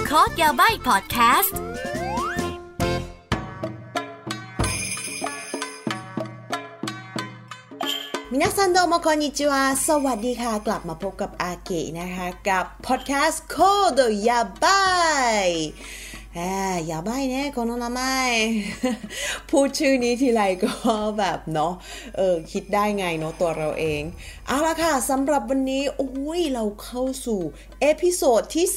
โคดยาใบพอดแคสต์มินาซันโดโมโคนิจิวาสวัสดีค่ะกลับมาพบกับอาเกะนะคะกับพอดแคสต์โคโดยาใบやばいねこの名前พูดชื่อนี้ทีไรก็แบบเนาะคิดได้ไงเนาะตัวเราเองเอาละค่ะสำหรับวันนี้เราเข้าสู่เอพิโซดที่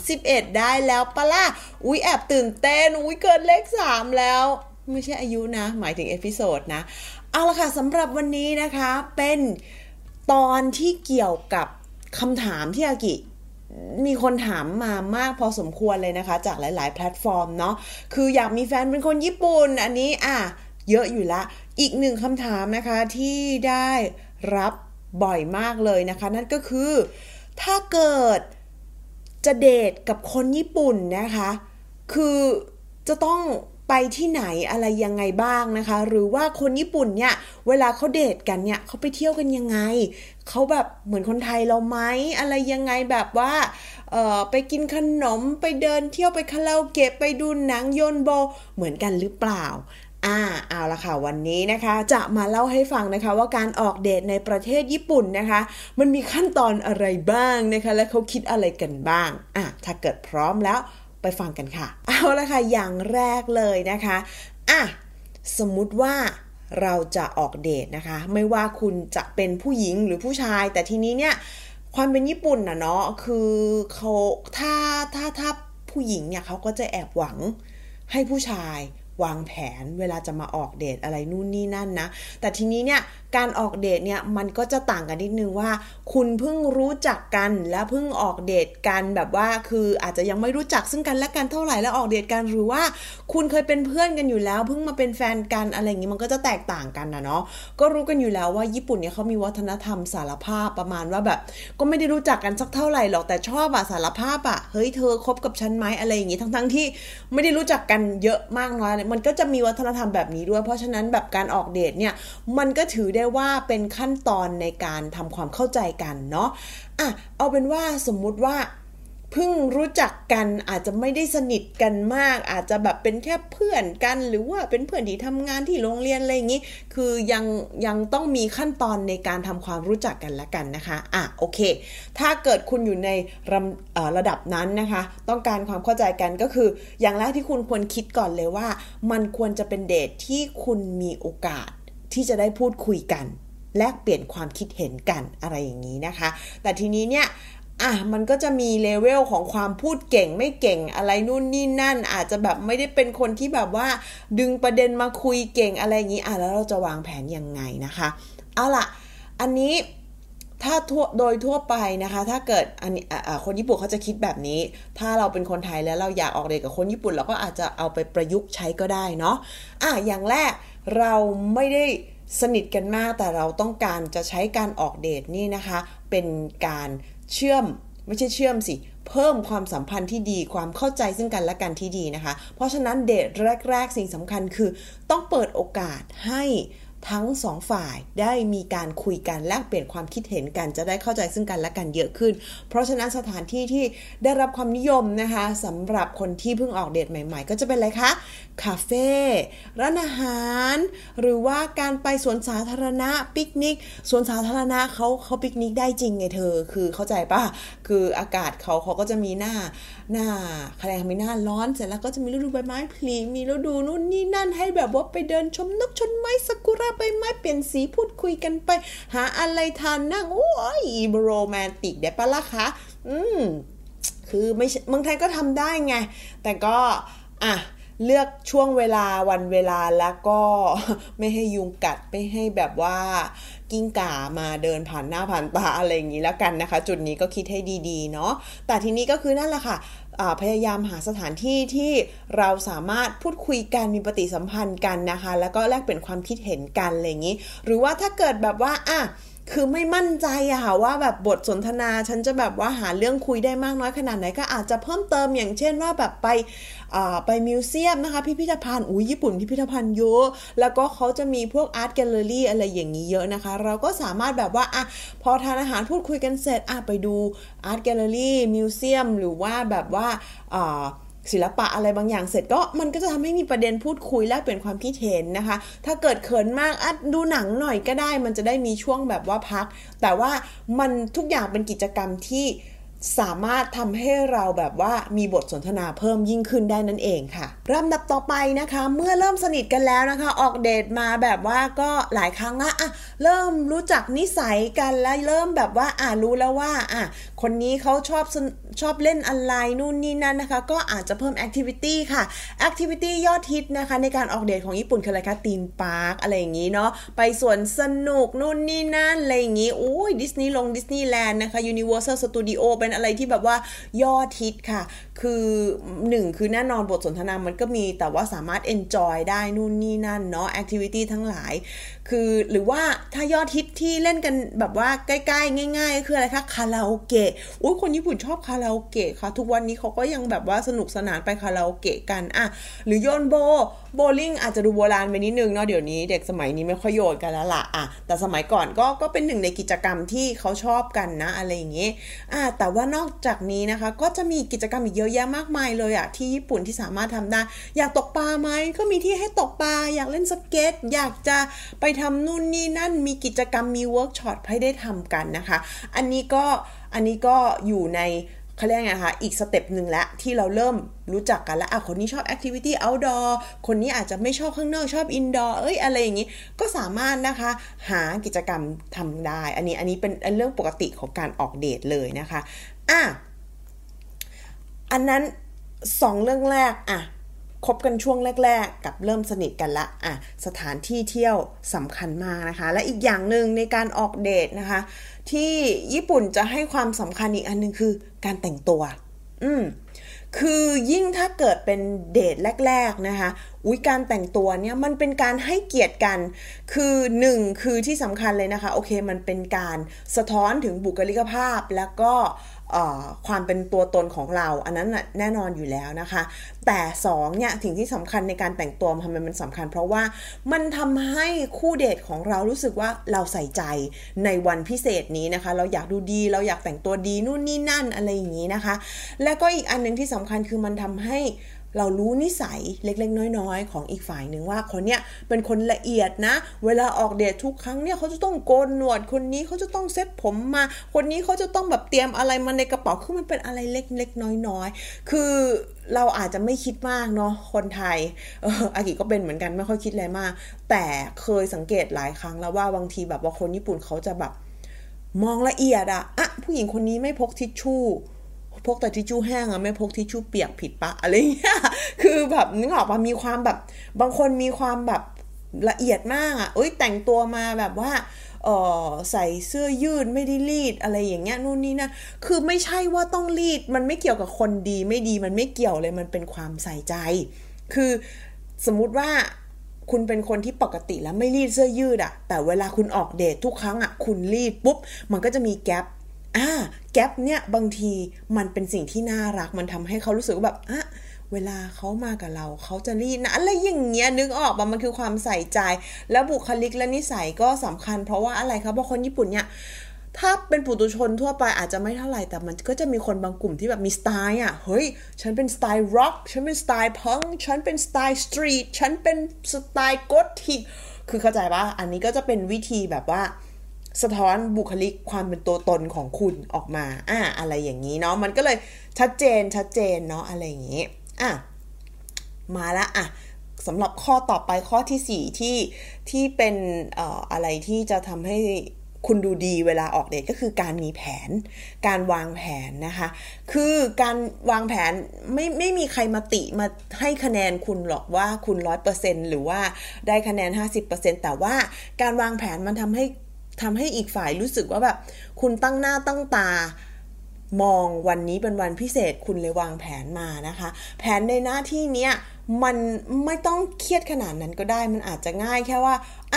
31ได้แล้วปะล่ะแอบตื่นเต้นเกินเลข3แล้วไม่ใช่อายุนะหมายถึงเอพิโซดนะเอาละค่ะสำหรับวันนี้นะคะเป็นตอนที่เกี่ยวกับคำถามที่อากิมีคนถามมามากพอสมควรเลยนะคะจากหลายๆแพลตฟอร์มเนาะคืออยากมีแฟนเป็นคนญี่ปุ่นอันนี้เยอะอยู่ละอีกหนึ่งคำถามนะคะที่ได้รับบ่อยมากเลยนะคะนั่นก็คือถ้าเกิดจะเดทกับคนญี่ปุ่นนะคะคือจะต้องไปที่ไหนอะไรยังไงบ้างนะคะหรือว่าคนญี่ปุ่นเนี่ยเวลาเขาเดทกันเนี่ยเขาไปเที่ยวกันยังไงเขาแบบเหมือนคนไทยเราไหมอะไรยังไงแบบว่าไปกินขนมไปเดินเที่ยวไปคาราโอเกะไปดูหนังโยนโบเหมือนกันหรือเปล่าเอาละค่ะวันนี้นะคะจะมาเล่าให้ฟังนะคะว่าการออกเดทในประเทศญี่ปุ่นนะคะมันมีขั้นตอนอะไรบ้างนะคะและเขาคิดอะไรกันบ้างถ้าเกิดพร้อมแล้วไปฟังกันค่ะเอาละค่ะอย่างแรกเลยนะคะสมมุติว่าเราจะออกเดทนะคะไม่ว่าคุณจะเป็นผู้หญิงหรือผู้ชายแต่ทีนี้เนี่ยความเป็นญี่ปุ่นเนาะคือเขาถ้าผู้หญิงเนี่ยเขาก็จะแอบหวังให้ผู้ชายวางแผนเวลาจะมาออกเดทอะไรนู่นนี่นั่นนะแต่ทีนี้เนี่ยการออกเดทเนี่ยมันก็จะต่างกันนิดนึงว่าคุณเพิ่งรู้จักกันและเพิ่งออกเดทกันแบบว่าคืออาจจะยังไม่รู้จักซึ่งกันและกันเท่าไหร่แล้วออกเดทกันหรือว่าคุณเคยเป็นเพื่อนกันอยู่แล้วเพิ่งมาเป็นแฟนกันอะไรอย่างงี้มันก็จะแตกต่างกันนะเนาะก็รู้กันอยู่แล้วว่าญี่ปุ่นเนี่ยเขามีวัฒนธรรมสารภาพประมาณว่าแบบก็ไม่ได้รู้จักกันสักเท่าไหร่หรอกแต่ชอบสารภาพเฮ้ยเธอคบกับฉันไหมอะไรอย่างงี้ทั้งที่ไม่ได้รู้จักกันเยอะมากน้อยมันก็จะมีวัฒนธรรมแบบนี้ด้วยเพราะฉะนั้นแบบการออกเดทเนี่ยมันก็ถือได้ว่าเป็นขั้นตอนในการทำความเข้าใจกันเนาะเอาเป็นว่าสมมุติว่าเพิ่งรู้จักกันอาจจะไม่ได้สนิทกันมากอาจจะแบบเป็นแค่เพื่อนกันหรือว่าเป็นเพื่อนที่ทำงานที่โรงเรียนอะไรอย่างนี้คือยังต้องมีขั้นตอนในการทำความรู้จักกันละกันนะคะโอเคถ้าเกิดคุณอยู่ในระดับนั้นนะคะต้องการความเข้าใจกันก็คืออย่างแรกที่คุณควรคิดก่อนเลยว่ามันควรจะเป็นเดทที่คุณมีโอกาสที่จะได้พูดคุยกันแลกเปลี่ยนความคิดเห็นกันอะไรอย่างนี้นะคะแต่ทีนี้เนี่ยมันก็จะมีเลเวลของความพูดเก่งไม่เก่งอะไรนู่นนี่นั่นอาจจะแบบไม่ได้เป็นคนที่แบบว่าดึงประเด็นมาคุยเก่งอะไรอย่างนี้แล้วเราจะวางแผนยังไงนะคะเอาล่ะอันนี้ถ้าโดยทั่วไปนะคะถ้าเกิดคนญี่ปุ่นเขาจะคิดแบบนี้ถ้าเราเป็นคนไทยแล้วเราอยากออกเดทกับคนญี่ปุ่นเราก็อาจจะเอาไปประยุกต์ใช้ก็ได้เนาะอย่างแรกเราไม่ได้สนิทกันมากแต่เราต้องการจะใช้การออกเดทนี่นะคะเป็นการไม่ใช่เชื่อมสิเพิ่มความสัมพันธ์ที่ดีความเข้าใจซึ่งกันและกันที่ดีนะคะเพราะฉะนั้นเดทแรกๆสิ่งสำคัญคือต้องเปิดโอกาสให้ทั้งสองฝ่ายได้มีการคุยกันแลกเปลี่ยนความคิดเห็นกันจะได้เข้าใจซึ่งกันและกันเยอะขึ้นเพราะฉะนั้นสถานที่ที่ได้รับความนิยมนะคะสำหรับคนที่เพิ่งออกเดทใหม่ๆก็จะเป็นอะไรคะคาเฟ่ร้านอาหารหรือว่าการไปสวนสาธารณะปิกนิกสวนสาธารณะเขาปิกนิกได้จริงไงเธอคือเข้าใจป่ะคืออากาศเขาก็จะมีหน้ามีหน้าร้อนเสร็จแล้วก็จะมีฤดูใบไม้ผลิมีฤดูนู่นนี่นั่นให้แบบว่าไปเดินชมนกชมไม้ซากุระใบไม้เปลี่ยนสีพูดคุยกันไปหาอะไรทานนั่งโรแมนติกได้ปะล่ะคะคือไม่เมืองไทยก็ทำได้ไงแต่ก็เลือกช่วงเวลาวันเวลาแล้วก็ไม่ให้ยุงกัดไม่ให้แบบว่ากิ้งก่ามาเดินผ่านหน้าผ่านตาอะไรอย่างนี้แล้วกันนะคะจุดนี้ก็คิดให้ดีๆเนาะแต่ทีนี้ก็คือนั่นแหละค่ะพยายามหาสถานที่ที่เราสามารถพูดคุยกันมีปฏิสัมพันธ์กันนะคะแล้วก็แลกเปลี่ยนความคิดเห็นกันอะไรอย่างนี้หรือว่าถ้าเกิดแบบว่าคือไม่มั่นใจอะค่ะว่าแบบบทสนทนาฉันจะแบบว่าหาเรื่องคุยได้มากน้อยขนาดไหนก็อาจจะเพิ่มเติมอย่างเช่นว่าแบบไปมิวเซียมนะคะพิพิธภัณฑ์ญี่ปุ่นพิพิธภัณฑ์เยอะแล้วก็เขาจะมีพวกอาร์ตแกลเลอรี่อะไรอย่างนี้เยอะนะคะเราก็สามารถแบบว่าพอทานอาหารพูดคุยกันเสร็จไปดูอาร์ตแกลเลอรี่มิวเซียมหรือว่าแบบว่าศิลปะอะไรบางอย่างเสร็จก็มันก็จะทำให้มีประเด็นพูดคุยแลกเปลี่ยนความคิดเห็นนะคะถ้าเกิดเขินมากดูหนังหน่อยก็ได้มันจะได้มีช่วงแบบว่าพักแต่ว่ามันทุกอย่างเป็นกิจกรรมที่สามารถทำให้เราแบบว่ามีบทสนทนาเพิ่มยิ่งขึ้นได้นั่นเองค่ะลำดับต่อไปนะคะเมื่อเริ่มสนิทกันแล้วนะคะออกเดทมาแบบว่าก็หลายครั้งละเริ่มรู้จักนิสัยกันแล้วเริ่มแบบว่ารู้แล้วว่าคนนี้เขาชอบเล่นอะไรนู่นนี่นั่นนะคะก็อาจจะเพิ่มแอคทิวิตี้ค่ะแอคทิวิตี้ยอดฮิตนะคะในการออกเดทของญี่ปุ่นคืออะไรคะธีมพาร์คอะไรอย่างนี้เนาะไปสวนสนุกนู่นนี่นั่นอะไรอย่างนี้ดิสนีย์แลนด์นะคะยูนิเวอร์แซลสตูดิโอเป็นอะไรที่แบบว่ายอดฮิตค่ะคือ1คือแน่นอนบทสนทนามันก็มีแต่ว่าสามารถ enjoy ได้นู่นนี่นั่นเนาะ activity ทั้งหลายคือหรือว่าถ้ายอดฮิตที่เล่นกันแบบว่าใกล้ๆง่ายๆคืออะไรคะคาราโอเกะคนญี่ปุ่นชอบคาราโอเกะค่ะทุกวันนี้เขาก็ยังแบบว่าสนุกสนานไปคาราโอเกะกันหรือโยนโบลิ่งอาจจะดูโบราณไปนิดนึงเนาะเดี๋ยวนี้เด็กสมัยนี้ไม่ค่อยโยนกันแล้วล่ะแต่สมัยก่อนก็เป็นหนึ่งในกิจกรรมที่เขาชอบกันนะอะไรอย่างเงี้ยแต่ว่านอกจากนี้นะคะก็จะมีกิจกรรมอีกเยอะแยะมากมายเลยที่ญี่ปุ่นที่สามารถทำได้อยากตกปลาไหมก็มีที่ให้ตกปลาอยากเล่นสเก็ตอยากจะไปทำนู่นนี่นั่นมีกิจกรรมมีเวิร์กช็อปให้ได้ทำกันนะคะอันนี้ก็อยู่ในเขาเรียกไงคะอีกสเต็ปหนึ่งแล้วที่เราเริ่มรู้จักกันแล้วคนนี้ชอบแอคทิวิตี้เอาท์ดอร์คนนี้อาจจะไม่ชอบข้างนอกชอบอินดอร์อะไรอย่างนี้ก็สามารถนะคะหากิจกรรมทำได้อันนี้เป็นเรื่องปกติของการออกเดทเลยนะคะอันนั้น2เรื่องแรกคบกันช่วงแรกๆกับเริ่มสนิทกันละสถานที่เที่ยวสำคัญมากนะคะและอีกอย่างหนึ่งในการออกเดทนะคะที่ญี่ปุ่นจะให้ความสำคัญอีกอันนึงคือการแต่งตัวคือยิ่งถ้าเกิดเป็นเดทแรกๆนะคะการแต่งตัวเนี่ยมันเป็นการให้เกียรติกันคือ1คือที่สำคัญเลยนะคะโอเคมันเป็นการสะท้อนถึงบุคลิกภาพแล้วก็ความเป็นตัวตนของเราอันนั้นแน่นอนอยู่แล้วนะคะแต่2เนี่ยสิ่งที่สำคัญในการแต่งตัวทำไมมันสำคัญเพราะว่ามันทำให้คู่เดทของเรารู้สึกว่าเราใส่ใจในวันพิเศษนี้นะคะเราอยากดูดีเราอยากแต่งตัวดีนู่นนี่นั่นอะไรอย่างนี้นะคะแล้วก็อีกอันนึงที่สำคัญคือมันทำให้เรารู้นิสัยเล็กๆน้อยๆของอีกฝ่ายหนึ่งว่าคนเนี้ยเป็นคนละเอียดนะเวลาออกเดททุกครั้งเนี่ยเขาจะต้องโกนหนวดคนนี้เขาจะต้องเซ็ตผมมาคนนี้เขาจะต้องแบบเตรียมอะไรมาในกระเป๋าคือมันเป็นอะไรเล็กๆน้อยๆคือเราอาจจะไม่คิดมากเนาะคนไทยอากิก็เป็นเหมือนกันไม่ค่อยคิดอะไรมากแต่เคยสังเกตหลายครั้งแล้วว่าบางทีแบบว่าคนญี่ปุ่นเขาจะแบบมองละเอียดผู้หญิงคนนี้ไม่พกทิชชู่พกแต่ทิชชู่แห้งไม่พกทิชชู่เปียกผิดปะอะไรเงี้ยคือแบบนึกออกป่ะมีความแบบบางคนมีความแบบละเอียดมากแต่งตัวมาแบบว่าใส่เสื้อยืดไม่ได้รีดอะไรอย่างเงี้ยนู่นนี่นะคือไม่ใช่ว่าต้องรีดมันไม่เกี่ยวกับคนดีไม่ดีมันไม่เกี่ยวเลยมันเป็นความใส่ใจคือสมมุติว่าคุณเป็นคนที่ปกติแล้วไม่รีดเสื้อยืดแต่เวลาคุณออกเดททุกครั้งคุณรีดปุ๊บมันก็จะมีแก๊ปแก๊ปเนี่ยบางทีมันเป็นสิ่งที่น่ารักมันทำให้เขารู้สึกว่าแบบเวลาเขามากับเราเขาจะรีดนะอะไรอย่างเงี้ยนึกออกป่ะมันคือความใส่ใจแล้วบุคลิกและนิสัยก็สำคัญเพราะว่าอะไรครับเพราะคนญี่ปุ่นเนี่ยถ้าเป็นปุถุชนทั่วไปอาจจะไม่เท่าไหร่แต่มันก็จะมีคนบางกลุ่มที่แบบมีสไตล์เฮ้ยฉันเป็นสไตล์ร็อกฉันเป็นสไตล์พังฉันเป็นสไตล์สตรีทฉันเป็นสไตล์ก็อธิกคือเข้าใจป่ะอันนี้ก็จะเป็นวิธีแบบว่าสะท้อนบุคลิกความเป็นตัวตนของคุณออกมาอะไรอย่างนี้เนาะมันก็เลยชัดเจนเนาะอะไรอย่างนี้มาละสำหรับข้อต่อไปข้อที่4ที่เป็นอะไรที่จะทำให้คุณดูดีเวลาออกเดทก็คือการมีแผนการวางแผนนะคะคือการวางแผนไม่มีใครมาติมาให้คะแนนคุณหรอกว่าคุณ 100% หรือว่าได้คะแนน 50% แต่ว่าการวางแผนมันทำให้อีกฝ่ายรู้สึกว่าแบบคุณตั้งหน้าตั้งตามองวันนี้เป็นวันพิเศษคุณเลยวางแผนมานะคะแผนในหน้าที่เนี้ยมันไม่ต้องเครียดขนาดนั้นก็ได้มันอาจจะง่ายแค่ว่า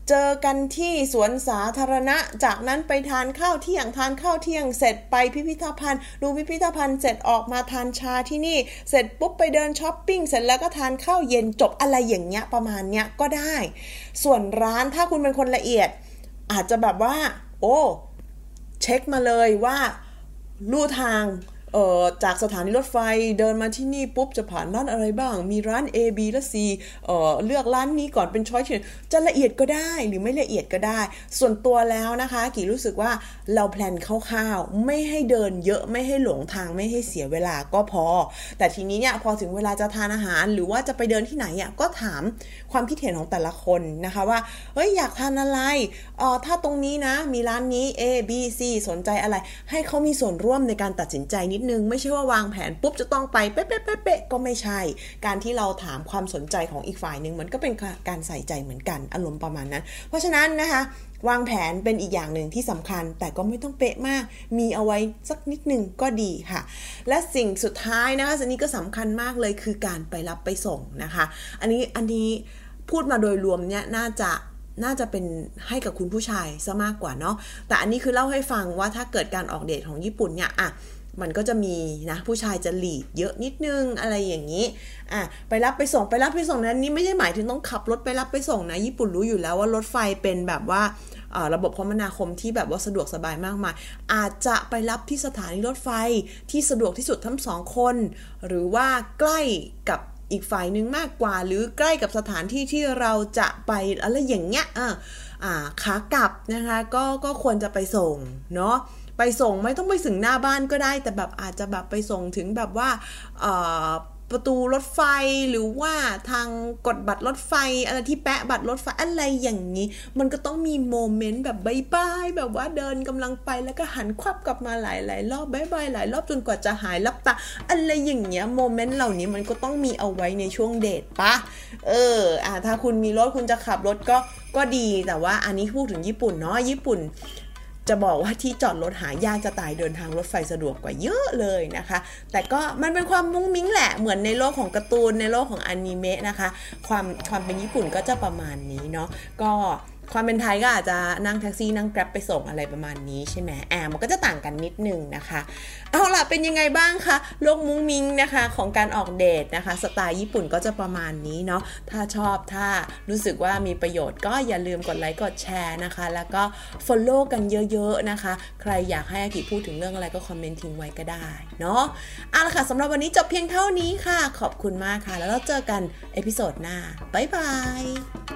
เจอกันที่สวนสาธารณะจากนั้นไปทานข้าวเที่ยงเสร็จไปพิพิธภัณฑ์ดูพิพิธภัณฑ์เสร็จออกมาทานชาที่นี่เสร็จปุ๊บไปเดินช้อปปิ้งเสร็จแล้วก็ทานข้าวเย็นจบอะไรอย่างเงี้ยประมาณเนี้ยก็ได้ส่วนร้านถ้าคุณเป็นคนละเอียดอาจจะแบบว่าโอ้เช็คมาเลยว่าลู่ทางจากสถานีรถไฟเดินมาที่นี่ปุ๊บจะผ่านร้านอะไรบ้างมีร้าน A B และ C เลือกร้านนี้ก่อนเป็นช้อยส์จะละเอียดก็ได้หรือไม่ละเอียดก็ได้ส่วนตัวแล้วนะคะกี่รู้สึกว่าเราแพลนคร่าวๆไม่ให้เดินเยอะไม่ให้หลงทางไม่ให้เสียเวลาก็พอแต่ทีนี้เนี่ยพอถึงเวลาจะทานอาหารหรือว่าจะไปเดินที่ไหนอ่ะก็ถามความคิดเห็นของแต่ละคนนะคะว่าเฮ้ยอยากทานอะไรถ้าตรงนี้นะมีร้านนี้ A B C สนใจอะไรให้เขามีส่วนร่วมในการตัดสินใจนิดนึงไม่ใช่ว่าวางแผนปุ๊บจะต้องไปเป๊ะๆๆก็ไม่ใช่การที่เราถามความสนใจของอีกฝ่ายนึงมันก็เป็นการใส่ใจเหมือนกันอารมณ์ประมาณนั้นเพราะฉะนั้นนะคะวางแผนเป็นอีกอย่างหนึ่งที่สำคัญแต่ก็ไม่ต้องเป๊ะมากมีเอาไว้สักนิดนึงก็ดีค่ะและสิ่งสุดท้ายนะคะสิ่งนี้ก็สำคัญมากเลยคือการไปรับไปส่งนะคะอันนี้พูดมาโดยรวมเนี่ยน่าจะเป็นให้กับคุณผู้ชายซะมากกว่าเนาะแต่อันนี้คือเล่าให้ฟังว่าถ้าเกิดการออกเดทของญี่ปุ่นเนี่ยมันก็จะมีนะผู้ชายจะลีดเยอะนิดนึงอะไรอย่างนี้ไปรับไปส่งนั้นนี่ไม่ใช่หมายถึงต้องขับรถไปรับไปส่งนะญี่ปุ่นรู้อยู่แล้วว่ารถไฟเป็นแบบว่าระบบคมนาคมที่แบบว่าสะดวกสบายมากมายอาจจะไปรับที่สถานีรถไฟที่สะดวกที่สุดทั้งสองคนหรือว่าใกล้กับอีกฝ่ายนึงมากกว่าหรือใกล้กับสถานที่ที่เราจะไปอะไรอย่างเงี้ยขากลับนะคะก็ควรจะไปส่งเนาะไปส่งไม่ต้องไปถึงหน้าบ้านก็ได้แต่แบบอาจจะแบบไปส่งถึงแบบว่าประตูรถไฟหรือว่าทางกดบัตรรถไฟอะไรที่แปะบัตรรถไฟอะไรอย่างนี้มันก็ต้องมีโมเมนต์แบบบ๊ายแบบว่าเดินกำลังไปแล้วก็หันควับกลับมาหลายรอบบ๊ายหลายรอบจนกว่าจะหายลับตาอะไรอย่างเงี้ยโมเมนต์เหล่านี้มันก็ต้องมีเอาไว้ในช่วงเดทปะถ้าคุณมีรถคุณจะขับรถก็ดีแต่ว่าอันนี้พูดถึงญี่ปุ่นเนาะญี่ปุ่นจะบอกว่าที่จอดรถหายากจะตายเดินทางรถไฟสะดวกกว่าเยอะเลยนะคะแต่ก็มันเป็นความมุ้งมิ้งแหละเหมือนในโลกของการ์ตูนในโลกของอนิเมะนะคะความเป็นญี่ปุ่นก็จะประมาณนี้เนาะก็ความเป็นไทยก็อาจจะนั่งแท็กซี่นั่งแกร็บไปส่งอะไรประมาณนี้ใช่ไหมมันก็จะต่างกันนิดนึงนะคะเอาล่ะเป็นยังไงบ้างคะโลกมุ้งมิ้งนะคะของการออกเดทนะคะสไตล์ญี่ปุ่นก็จะประมาณนี้เนาะถ้าชอบถ้ารู้สึกว่ามีประโยชน์ก็อย่าลืมกดไลค์กดแชร์นะคะแล้วก็ follow กันเยอะๆนะคะใครอยากให้อากิพูดถึงเรื่องอะไรก็คอมเมนต์ทิ้งไว้ก็ได้เนาะเอาล่ะค่ะสำหรับวันนี้จบเพียงเท่านี้ค่ะขอบคุณมากค่ะแล้วเราเจอกันเอพิโซดหน้าบ๊ายบาย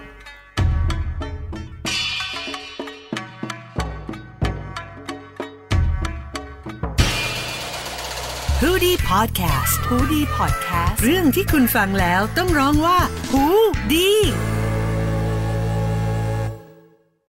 Hoodie Podcast เรื่องที่คุณฟังแล้วต้องร้องว่าหูดี